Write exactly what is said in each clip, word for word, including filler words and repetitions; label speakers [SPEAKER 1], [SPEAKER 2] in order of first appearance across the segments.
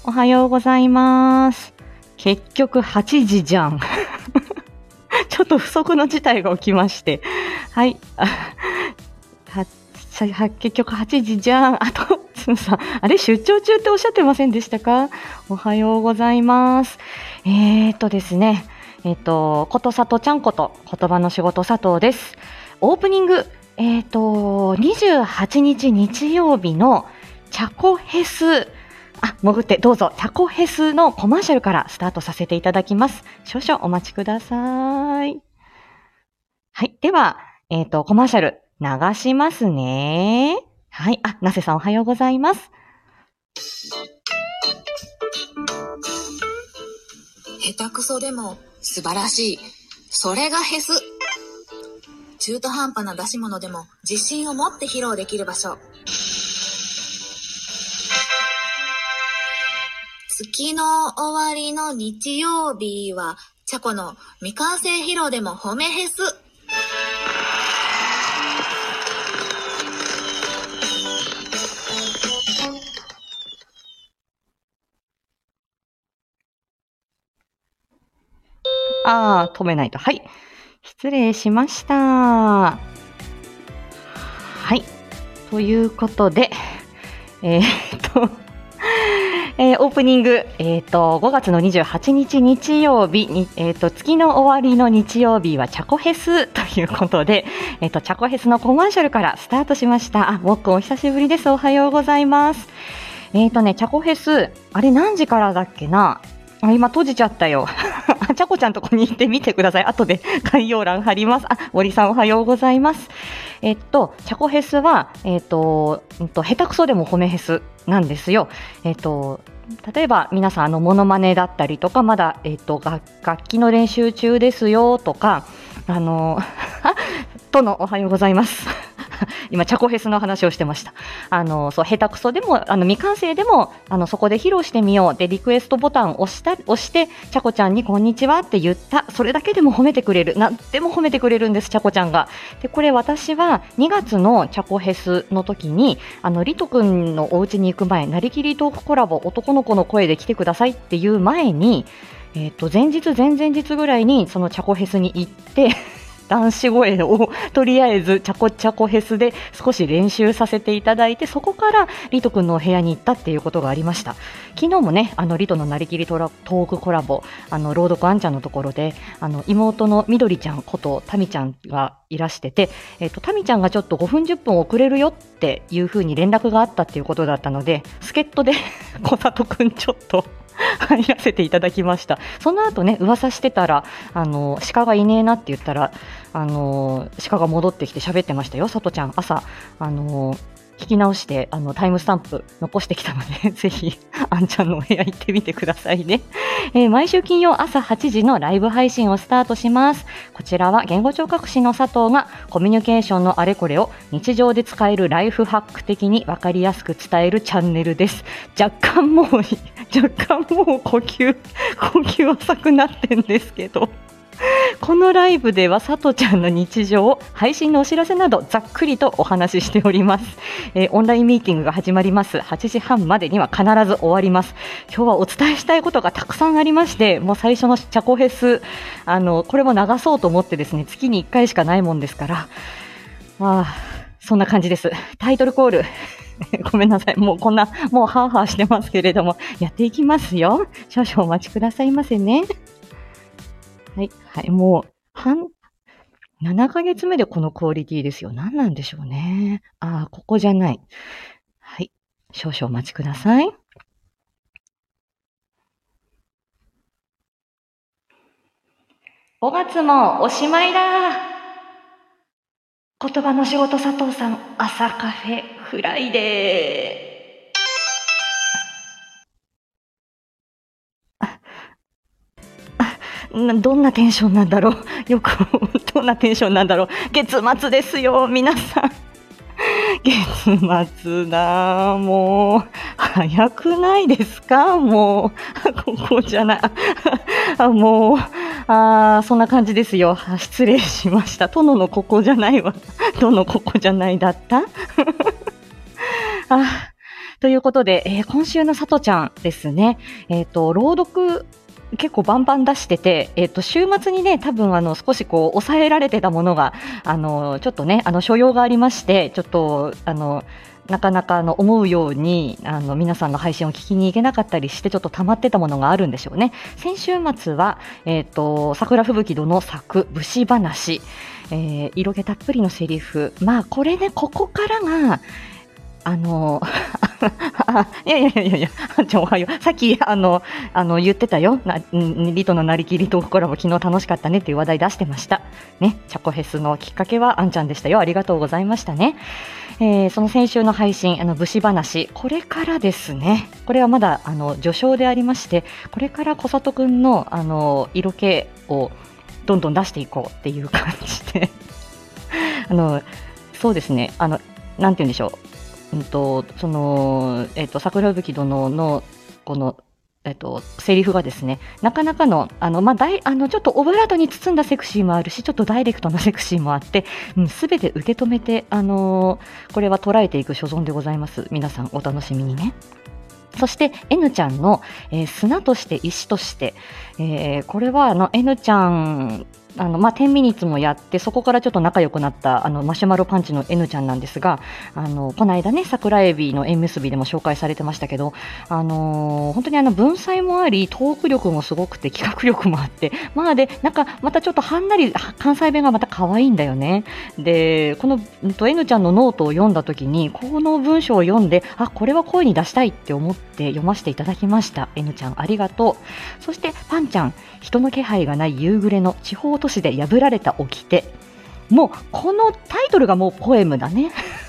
[SPEAKER 1] おはようございます。結局はちじじゃん。ちょっと不測の事態が起きまして。はい。はは結局はちじじゃん。あと、つんさん、あれ出張中っておっしゃってませんでしたか？おはようございます。えーっとですね、えーっと、ことさとちゃんこと言葉の仕事佐藤です。オープニング、えーっと、にじゅうはちにち日曜日のチャコヘス、あ、潜ってどうぞ、チャコヘスのコマーシャルからスタートさせていただきます。少々お待ちください。はい。では、えっと、コマーシャル流しますね。はい。あ、なせさんおはようございます。
[SPEAKER 2] 下手くそでも素晴らしい。それがヘス。中途半端な出し物でも自信を持って披露できる場所。月の終わりの日曜日はチャコの未完成披露でも褒めヘス。
[SPEAKER 1] あー、止めないと。はい。失礼しました。はい。ということで、えー、っと、えー、オープニング、えー、とごがつのにじゅうはちにち日曜日に、えー、と月の終わりの日曜日はチャコヘスということで、えー、とチャコヘスのコマーシャルからスタートしました。あ、もっくんお久しぶりです。おはようございます。えーとね、チャコヘス、あれ何時からだっけなあ、今閉じちゃったよ。ちゃこちゃんとこに行ってみてください。後で概要欄貼ります。あ、森さんおはようございます。えっと、チャコヘスは、えっと、うんと、下手くそでも褒めヘスなんですよ。えっと、例えば皆さんあのモノマネだったりとか、まだ、えっと、楽楽器の練習中ですよとか、あの、とのおはようございます。今チャコヘスの話をしてました。あのそう下手くそでもあの未完成でもあのそこで披露してみようでリクエストボタンを押した押してチャコちゃんにこんにちはって言った、それだけでも褒めてくれる、なんでも褒めてくれるんですチャコちゃんが。でこれ私はにがつのチャコヘスの時にあのリト君のお家に行く前、なりきりトークコラボ男の子の声で来てくださいっていう前に、えー、と前日前々日ぐらいにそのチャコヘスに行って男子声をとりあえずチャコチャコヘスで少し練習させていただいて、そこからリト君のお部屋に行ったっていうことがありました。昨日もね、あのリトのなりきりトークコラボ、あの朗読あんちゃんのところであの妹のみどりちゃんことタミちゃんがいらしてて、えっと、タミちゃんがちょっとごふんじゅっぷん遅れるよっていう風に連絡があったっていうことだったので、助っ人で小里くんちょっと入らせていただきました。その後ね、噂してたらあの鹿がいねえなって言ったらあの鹿が戻ってきて喋ってましたよ。さとちゃん朝あの聞き直してあのタイムスタンプ残してきたのでぜひあんちゃんのお部屋行ってみてくださいね。えー、毎週金曜朝はちじのライブ配信をスタートします。こちらは言語聴覚士の佐藤がコミュニケーションのあれこれを日常で使えるライフハック的に分かりやすく伝えるチャンネルです。若干もう若干もう呼吸呼吸浅くなってんですけど、このライブではさとちゃんの日常、配信のお知らせなどざっくりとお話ししております。えー、オンラインミーティングが始まりますはちじはんまでには必ず終わります。今日はお伝えしたいことがたくさんありまして、もう最初のチャコヘス、あのこれも流そうと思ってですね、月にいっかいしかないもんですから、まあそんな感じです。タイトルコールごめんなさい、もうこんなもうハーハーしてますけれども、やっていきますよ。少々お待ちくださいませね。はい、はい、もう半ななかげつめでこのクオリティですよ。何なんでしょうね。ああ、ここじゃない。はい、少々お待ちください。ごがつもおしまいだ。言葉の仕事佐藤さん、朝カフェフライデー。どんなテンションなんだろう。よくどんなテンションなんだろう。月末ですよ、皆さん。月末だ、もう早くないですか。もうここじゃないあ、もうあ、そんな感じですよ。失礼しました。殿のここじゃないわ。どのここじゃないだったあ、 ということで、えー、今週のさとちゃんですね、えっと、朗読、結構バンバン出してて、えっと、週末にね、多分あの、少しこう、抑えられてたものが、あの、ちょっとね、あの、所用がありまして、ちょっと、あの、なかなかあの思うようにあの皆さんの配信を聞きに行けなかったりしてちょっと溜まってたものがあるんでしょうね。先週末は、えーと、桜吹雪殿の作節話、えー、色気たっぷりのセリフ、まあこれね、ここからがあのいやいやいやいや、あんちゃんおはよう。さっきあのあの言ってたよ。なリトのなりきりトークコラボ昨日楽しかったねっていう話題出してました。ね、チャコフェスのきっかけはあんちゃんでしたよ。ありがとうございましたね。えー、その先週の配信、あの節話、これからですね。これはまだあの序章でありまして、これから小里くんのあの色気をどんどん出していこうっていう感じで、あのそうですね。あのなんて言うんでしょう。うんとそのえっ、ー、と桜吹殿のこのえっ、ー、とセリフがですね、なかなかのあのまあだいあのちょっとオブラートに包んだセクシーもあるし、ちょっとダイレクトなセクシーもあって、すべ、うん、て受け止めてあのー、これは捉えていく所存でございます。皆さんお楽しみにね。そして N ちゃんの、えー、砂として石として、えー、これはあの N ちゃんあのまあ、じゅうミニッツもやってそこからちょっと仲良くなったあのマシュマロパンチの N ちゃんなんですが、あのこの間ね桜エビの縁結びでも紹介されてましたけど、あのー、本当にあの文才もありトーク力もすごくて企画力もあって、まあでなんかまたちょっとはんなり関西弁がまた可愛いんだよね。でこの、えっと、N ちゃんのノートを読んだ時にこの文章を読んで、あこれは声に出したいって思って読ませていただきました。 N ちゃんありがとう。そしてパンちゃん、人の気配がない夕暮れの地方都市で破られた掟、もうこのタイトルがもうポエムだね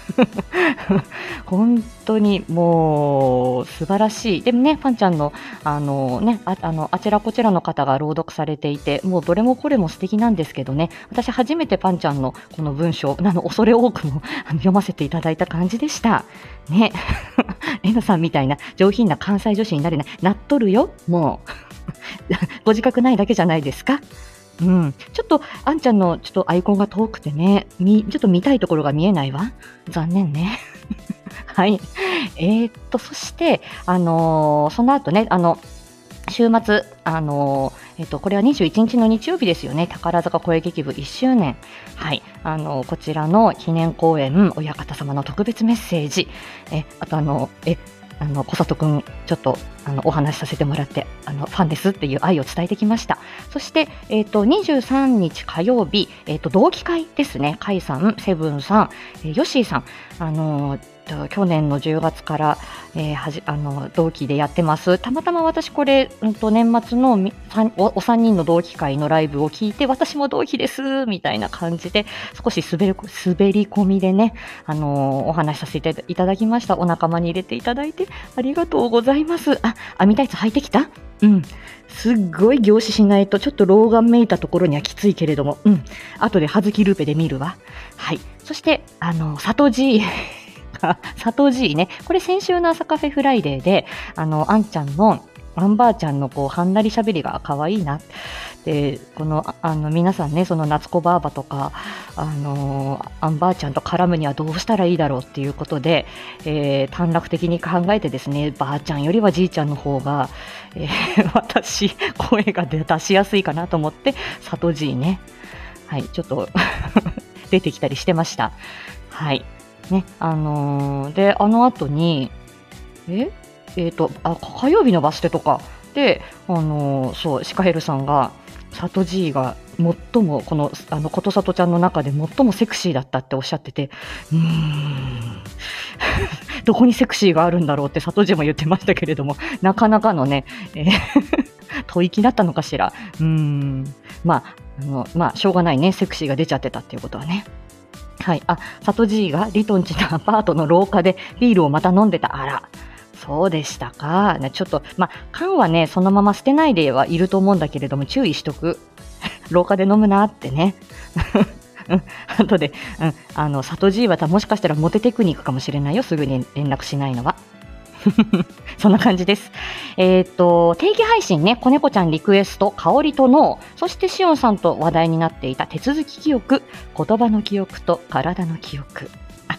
[SPEAKER 1] 本当にもう素晴らしい。でもね、パンちゃんのあのね あ, あのあちらこちらの方が朗読されていて、もうどれもこれも素敵なんですけどね、私初めてパンちゃんのこの文章、あの恐れ多くも読ませていただいた感じでしたね。えなさんみたいな上品な関西女子になれない、なっとるよもうご自覚ないだけじゃないですか。うん、ちょっとあんちゃんのちょっとアイコンが遠くてね、みちょっと見たいところが見えないわ。残念ね。はい。えー、っとそしてあのー、その後ね、あの週末あのー、えっとこれはにじゅういちにちの日曜日ですよね。宝塚声劇部いっしゅうねん、はい、あのー、こちらの記念公演、親方様の特別メッセージ、えあとあのえあの小里くんちょっとあのお話しさせてもらって、あのファンですっていう愛を伝えてきました。そして、えー、とにじゅうさんにち火曜日、えー、と同期会ですね。甲斐さん、セブンさん、えー、ヨッシーさん、あのー去年のじゅうがつから、えー、はじあの同期でやってます。たまたま私これ、うん、と年末のお, おさんにんの同期会のライブを聞いて、私も同期ですみたいな感じで少し滑り滑り込みでね、あのー、お話しさせていただきました。お仲間に入れていただいてありがとうございます。あ、網タイツ履いてきた？うん、すっごい凝視しないとちょっと老眼めいたところにはきついけれども、うん、後で葉月ルーペで見るわ。はい。そしてあの佐藤 G 佐藤 G ね、これ先週の朝カフェフライデーで、あのあんちゃんのアンバーちゃんのこうはんなりしゃべりが可愛いな。でこのあの皆さんね、その夏子ばあばとか、あのー、アンバーちゃんと絡むにはどうしたらいいだろうっていうことで、えー、短絡的に考えてですね、ばあちゃんよりはじいちゃんの方が、えー、私声が出しやすいかなと思って佐藤 G ね、はいちょっと出てきたりしてました。はいね、あのー、であの後にええーとあ火曜日のバス停とかで、あのー、そうシカヘルさんが佐藤 G が最もこのあのことさとちゃんの中で最もセクシーだったっておっしゃってて、うーんどこにセクシーがあるんだろうって佐藤 G も言ってましたけれども、なかなかのね、えー、吐息だったのかしら。うーんまああのまあしょうがないね、セクシーが出ちゃってたっていうことはね。はい、あ佐藤 G がリトンチのアパートの廊下でビールをまた飲んでた。あらそうでしたか。ちょっとまあ缶はねそのまま捨てないではいると思うんだけれども、注意しとく。廊下で飲むなってね。うん、後で、うん、あの佐藤 G はもしかしたらモテテクニックかもしれないよ、すぐに連絡しないのは。そんな感じです。えっと定期配信ね、子猫ちゃんリクエスト、香りと脳、そしてしおんさんと話題になっていた手続き記憶、言葉の記憶と体の記憶。あ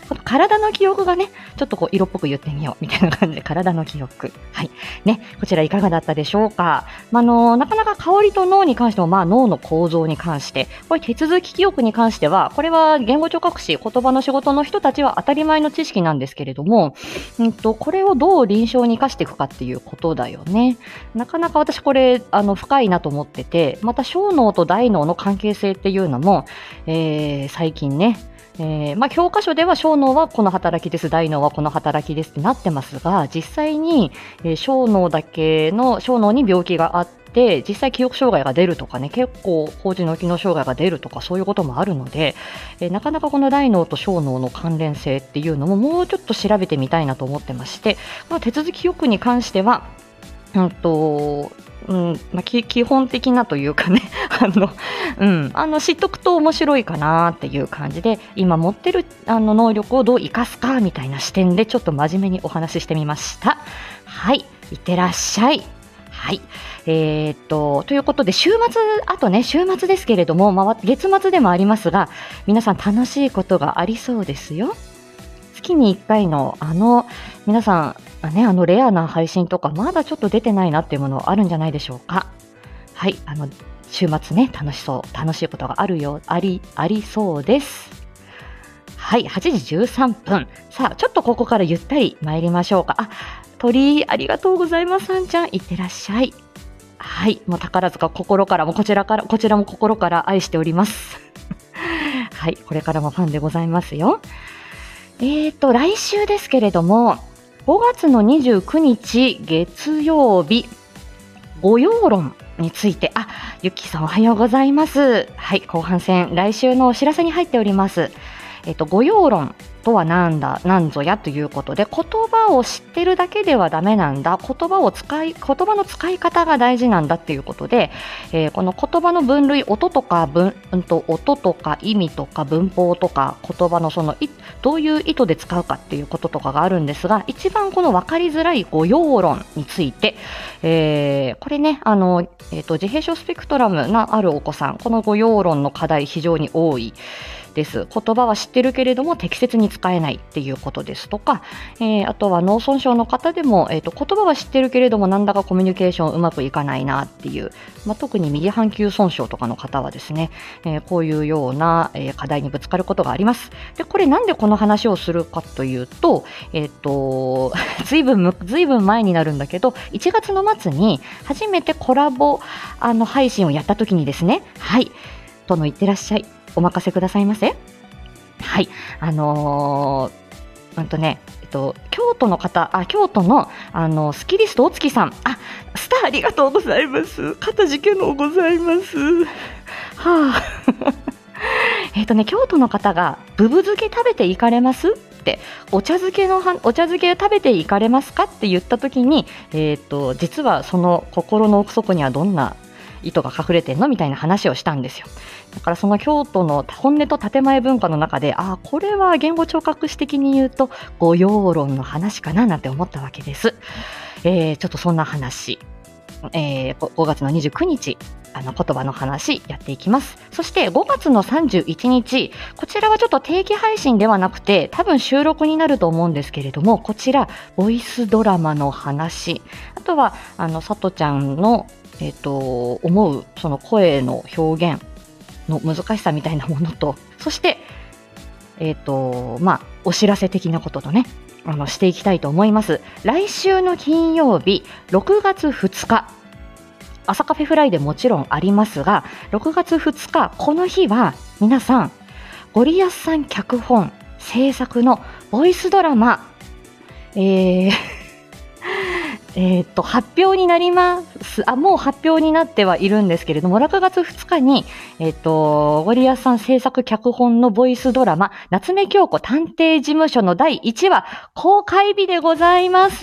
[SPEAKER 1] この体の記憶がね、ちょっとこう色っぽく言ってみようみたいな感じで、体の記憶。はい。ね、こちらいかがだったでしょうか。まあ、あの、なかなか香りと脳に関しても、まあ、脳の構造に関して、これ手続き記憶に関しては、これは言語聴覚士、言葉の仕事の人たちは当たり前の知識なんですけれども、うんと、これをどう臨床に生かしていくかっていうことだよね。なかなか私これ、あの、深いなと思ってて、また小脳と大脳の関係性っていうのも、えー、最近ね、えーまあ、教科書では小脳はこの働きです、大脳はこの働きですってなってますが、実際に、えー、小脳だけの小脳に病気があって実際記憶障害が出るとかね、結構高次脳機能障害が出るとかそういうこともあるので、えー、なかなかこの大脳と小脳の関連性っていうのももうちょっと調べてみたいなと思ってまして、この手続き記憶に関してはうんとうんまあ、基本的なというかねあの、うん、あの知っとくと面白いかなっていう感じで、今持ってるあの能力をどう生かすかみたいな視点でちょっと真面目にお話ししてみました。はい、いってらっしゃい。はい、えー、っとということで週末、あとね週末ですけれども、まあ、月末でもありますが、皆さん楽しいことがありそうですよ。月にいっかいのあの皆さんね、あのレアな配信とかまだちょっと出てないなっていうものあるんじゃないでしょうか。はい、あの週末ね、楽しそう楽しいことがあるよありありそうです。はい、はちじじゅうさんぷん。さあちょっとここからゆったり参りましょうか。あ、鳥ありがとうございます。さんちゃんいってらっしゃい。はい、もう宝塚心からもこちらからこちらも心から愛しておりますはい、これからもファンでございますよ。えーと来週ですけれども、ごがつのにじゅうくにち月曜日、御養論について、あ、ゆきさんおはようございます。はい、後半戦来週のお知らせに入っております。えっと御養論とはなんだなんぞやということで、言葉を知ってるだけではダメなんだ、言葉を使い言葉の使い方が大事なんだっていうことで、えー、この言葉の分類、音とか文、うんと音とか意味とか文法とか言葉のそのいどういう意図で使うかっていうこととかがあるんですが、一番この分かりづらい御養論について、えー、これね、あの、えーと、自閉症スペクトラムがあるお子さん、この御養論の課題非常に多いです。言葉は知ってるけれども適切に使えないっていうことですとか、えー、あとは脳損傷の方でも、えーと、言葉は知ってるけれどもなんだかコミュニケーションうまくいかないなっていう、まあ、特に右半球損傷とかの方はですね、えー、こういうような、えー、課題にぶつかることがあります。で、これなんでこの話をするかというと、えっと、ずいぶん、ずいぶん前になるんだけど、いちがつの末に初めてコラボあの配信をやった時にですね、はい、とのいってらっしゃい。お任せくださいませ。はい、あのー、うんとね、えっと京都の方、あ、京都のあのスキリストお月さん、あ、スターありがとうございます。かたじけのうございます。はあ。えっとね、京都の方がブブ漬け食べていかれますってお茶漬けのお茶漬け食べていかれますかって言った時に、えっと実はその心の奥底にはどんな意図が隠れてんのみたいな話をしたんですよ。だからその京都の本音と建前文化の中で、あ、これは言語聴覚士的に言うと御養論の話かななんて思ったわけです。えー、ちょっとそんな話、えー、ごがつのにじゅうくにちあの言葉の話やっていきます。そしてごがつのさんじゅういちにち、こちらはちょっと定期配信ではなくて多分収録になると思うんですけれども、こちらボイスドラマの話、あとはあのさとちゃんのえー、と思うその声の表現の難しさみたいなものと、そして、えーとまあ、お知らせ的なこととね、あのしていきたいと思います。来週の金曜日ろくがつふつか、朝カフェフライでもちろんありますが、ろくがつふつか、この日は皆さんゴリアスさん脚本制作のボイスドラマ、えーえー、と発表になりますあもう発表になってはいるんですけれども、ろくがつふつかに、えー、とゴリアスさん制作脚本のボイスドラマ夏目京子探偵事務所のだいいちわ公開日でございます。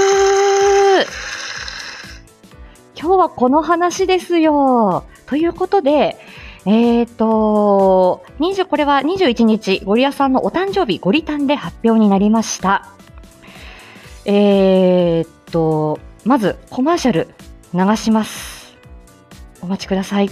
[SPEAKER 1] 今日はこの話ですよ。ということで、えーとにじゅうこれはにじゅういちにちゴリアスさんのお誕生日ゴリタンで発表になりました。えーとまずコマーシャル流します。お待ちください。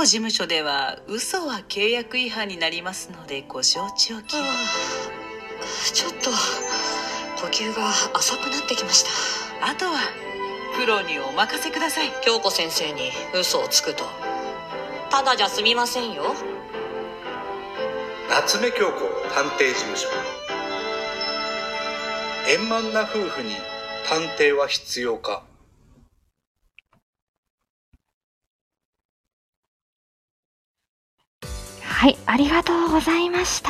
[SPEAKER 3] 事務所では嘘は契約違反になりますのでご承知おきを。
[SPEAKER 4] ちょっと呼吸が浅くなってきました。
[SPEAKER 3] あとはプロにお任せください。
[SPEAKER 4] 京子先生に嘘をつくとただじゃ済みませんよ。
[SPEAKER 5] 夏目京子探偵事務所。円満な夫婦に探偵は必要か。
[SPEAKER 1] はい、ありがとうございました。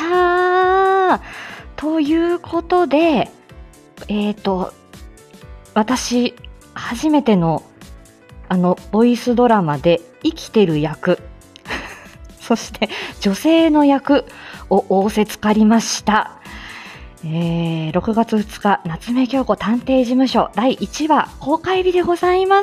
[SPEAKER 1] ということで、えっと、私、初めての、あの、ボイスドラマで生きてる役、そして女性の役を仰せつかりました。えー、ろくがつふつか、夏目京子探偵事務所だいいちわ公開日でございます。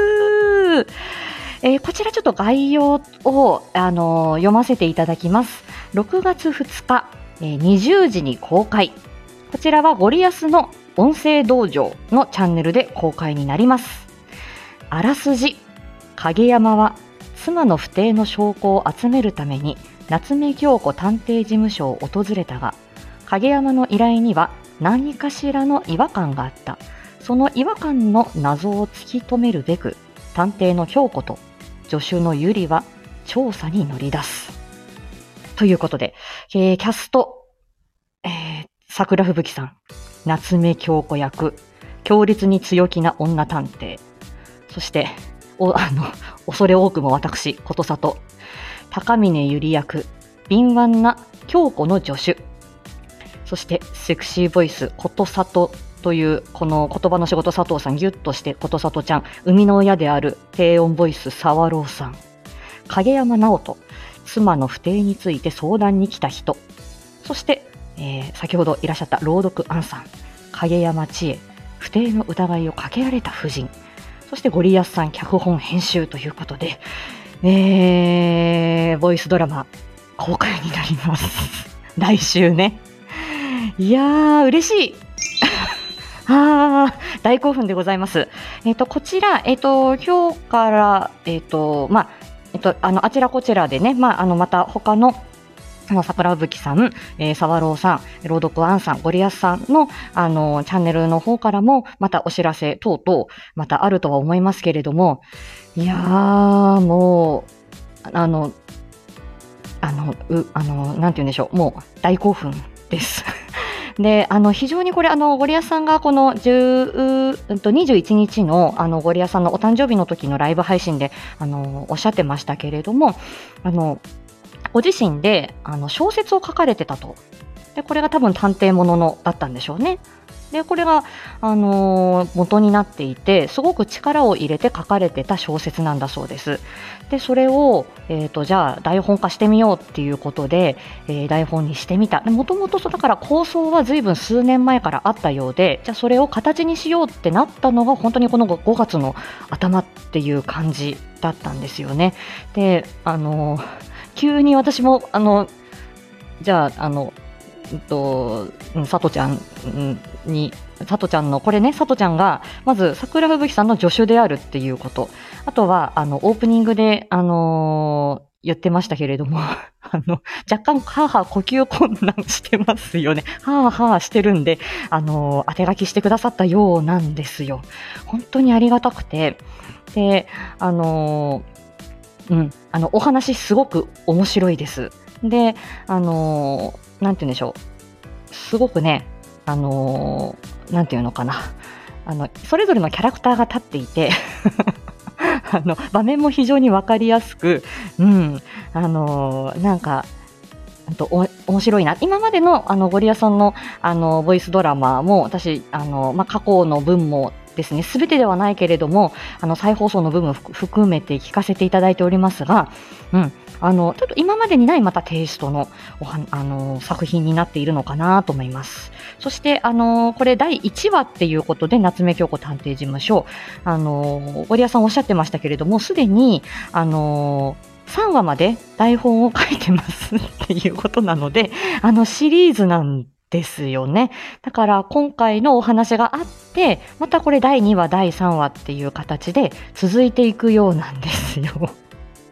[SPEAKER 1] えー、こちらちょっと概要を、あのー、読ませていただきます。ろくがつふつか、えー、にじゅうじに公開。こちらはゴリアスの音声道場のチャンネルで公開になります。あらすじ。影山は妻の不貞の証拠を集めるために夏目京子探偵事務所を訪れたが、影山の依頼には何かしらの違和感があった。その違和感の謎を突き止めるべく、探偵の京子と助手のゆりは調査に乗り出す。ということで、えー、キャスト、えー、桜吹雪さん、夏目京子役、強烈に強気な女探偵、そしておあの恐れ多くも私、ことさと、高峰ゆり役、敏腕な京子の助手、そしてセクシーボイス、ことさとというこの言葉の仕事佐藤さん、ギュッとしてことさとちゃん、生みの親である低音ボイス沢朗さん、影山直人、妻の不貞について相談に来た人、そして、えー、先ほどいらっしゃった朗読杏さん、影山千恵、不貞の疑いをかけられた夫人、そしてゴリアスさん脚本編集ということで、えー、ボイスドラマ公開になります来週ね。いやー嬉しいあー大興奮でございます。えっとこちら、えっと今日からえっとまあえっとあのあちらこちらでね、まああのまた他のあの桜吹さん、えー、沢朗さん、朗読杏さん、ゴリアスさんのあのチャンネルの方からもまたお知らせ等々またあるとは思いますけれども、いやーもうあのあのうあのなんて言うんでしょう、もう大興奮です。で、あの非常にこれあのゴリアスさんがこのじゅう、にじゅういちにちのあのゴリアスさんのお誕生日の時のライブ配信であのおっしゃってましたけれども、あのご自身であの小説を書かれてたと。で、これが多分探偵もののだったんでしょうね。で、これが、あのー、元になっていて、すごく力を入れて書かれてた小説なんだそうです。で、それを、えーと、じゃあ台本化してみようっていうことで、えー、台本にしてみた。もともとだから構想は随分数年前からあったようで、じゃあそれを形にしようってなったのが本当にこのごがつの頭っていう感じだったんですよね。で、あのー、急に私も、あの、じゃあ、あの、うんと、さとちゃんに、さとちゃんの、これね、さとちゃんが、まず、桜吹雪さんの助手であるっていうこと。あとは、あの、オープニングで、あのー、言ってましたけれども、あの、若干、はぁはぁ呼吸困難してますよね。はぁはぁしてるんで、あのー、当て書きしてくださったようなんですよ。本当にありがたくて。で、あのー、うん、あの、お話すごく面白いです。で、あのー、なんて言うんでしょう。すごくね、あのー、なんていうのかな。あの、それぞれのキャラクターが立っていて、あの、場面も非常にわかりやすく、うん、あのー、なんか、とお面白いな。今までのあのゴリアさんのあのボイスドラマも私あの、まあ、過去の分もですね、すべてではないけれどもあの再放送の部分を含めて聞かせていただいておりますが、うん、あのちょっと今までにないまたテイストのおはあの作品になっているのかなと思います。そしてあのこれだいいちわっていうことで夏目京子探偵事務所、あのゴリアさんおっしゃってましたけれども、すでにあのさんわまで台本を書いてますっていうことなので、あのシリーズなんですよね。だから今回のお話があって、またこれだいにわ、だいさんわっていう形で続いていくようなんですよ。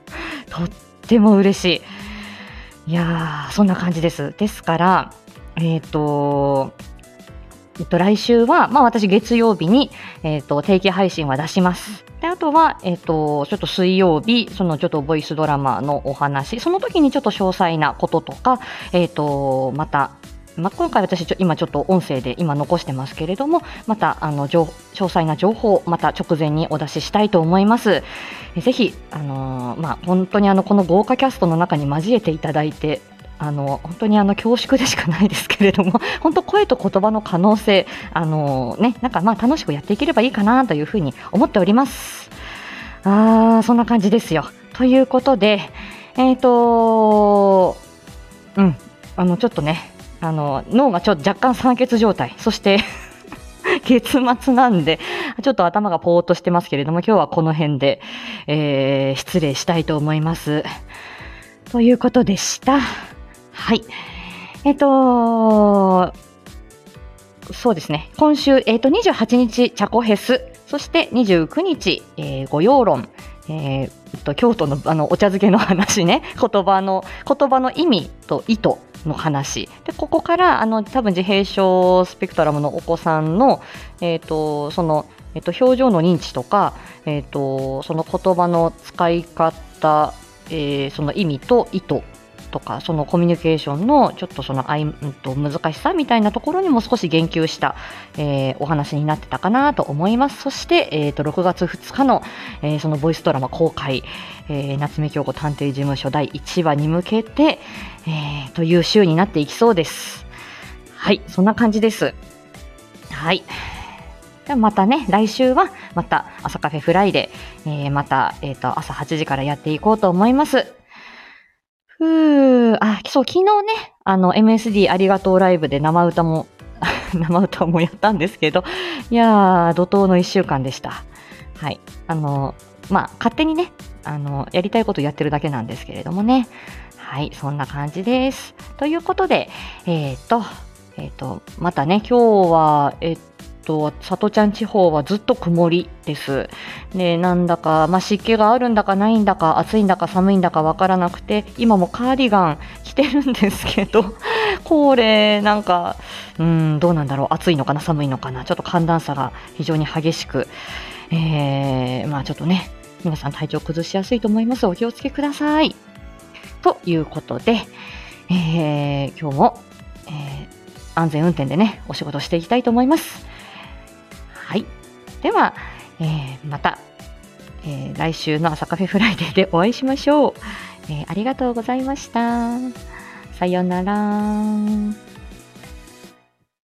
[SPEAKER 1] とっても嬉しい。いやー、そんな感じです。ですから、えっと、えっと、来週は、まあ私月曜日に、えっと、定期配信は出します。で、あとは、えっと、ちょっと水曜日、そのちょっとボイスドラマのお話、その時にちょっと詳細なこととか、えっと、また、まあ、今回私ちょ今ちょっと音声で今残してますけれども、またあの情詳細な情報をまた直前にお出ししたいと思います。えぜひ、あのーまあ、本当にあのこの豪華キャストの中に交えていただいて、あの本当にあの恐縮でしかないですけれども、本当声と言葉の可能性、あのーね、なんかまあ楽しくやっていければいいかなというふうに思っております。あー、そんな感じですよ。ということで、えっとうんあのちょっとね、あの脳がちょっと若干酸欠状態、そして月末なんでちょっと頭がぽーっとしてますけれども、今日はこの辺で、えー、失礼したいと思います。ということでした。はい。えっと、そうですね。今週、えっと、にじゅうはちにち、チャコフェス、そしてにじゅうくにち、えー、御養論、えー、と京都のあのお茶漬けの話ね、言葉の、言葉の意味と意図の話で、ここからあの多分自閉症スペクトラムのお子さんの、えー、とその、えー、と表情の認知とか、えー、とその言葉の使い方、えー、その意味と意図とか、そのコミュニケーションのちょっとそのあい、うん、と難しさみたいなところにも少し言及した、えー、お話になってたかなと思います。そして、えー、とろくがつふつかの、えー、そのボイスドラマ公開、えー、夏目京子探偵事務所だいいちわに向けて、えー、という週になっていきそうです。はい、そんな感じです。はい。ではまたね、来週はまた朝カフェフライデー、えー、また、えー、と朝はちじからやっていこうと思います。ふー、あ、そう、昨日ね、あの エムエスディー ありがとうライブで生歌も生歌もやったんですけど、いやー、怒涛のいっしゅうかんでした。はい、あのまあ勝手にね、あのやりたいことやってるだけなんですけれどもね。はい、そんな感じです。ということで、えっ、ー、と、えっ、ー、と、またね、今日は、えっ、と、里ちゃん地方はずっと曇りです。で、なんだか、まあ、湿気があるんだかないんだか、暑いんだか寒いんだかわからなくて、今もカーディガン着てるんですけど、これ、なんか、うん、どうなんだろう、暑いのかな、寒いのかな、ちょっと寒暖差が非常に激しく、えー、まあちょっとね、皆さん体調崩しやすいと思います。お気をつけください。ということで、えー、今日も、えー、安全運転でね、お仕事していきたいと思います。はい。では、えー、また、えー、来週の朝カフェフライデーでお会いしましょう。えー、ありがとうございました。さようなら。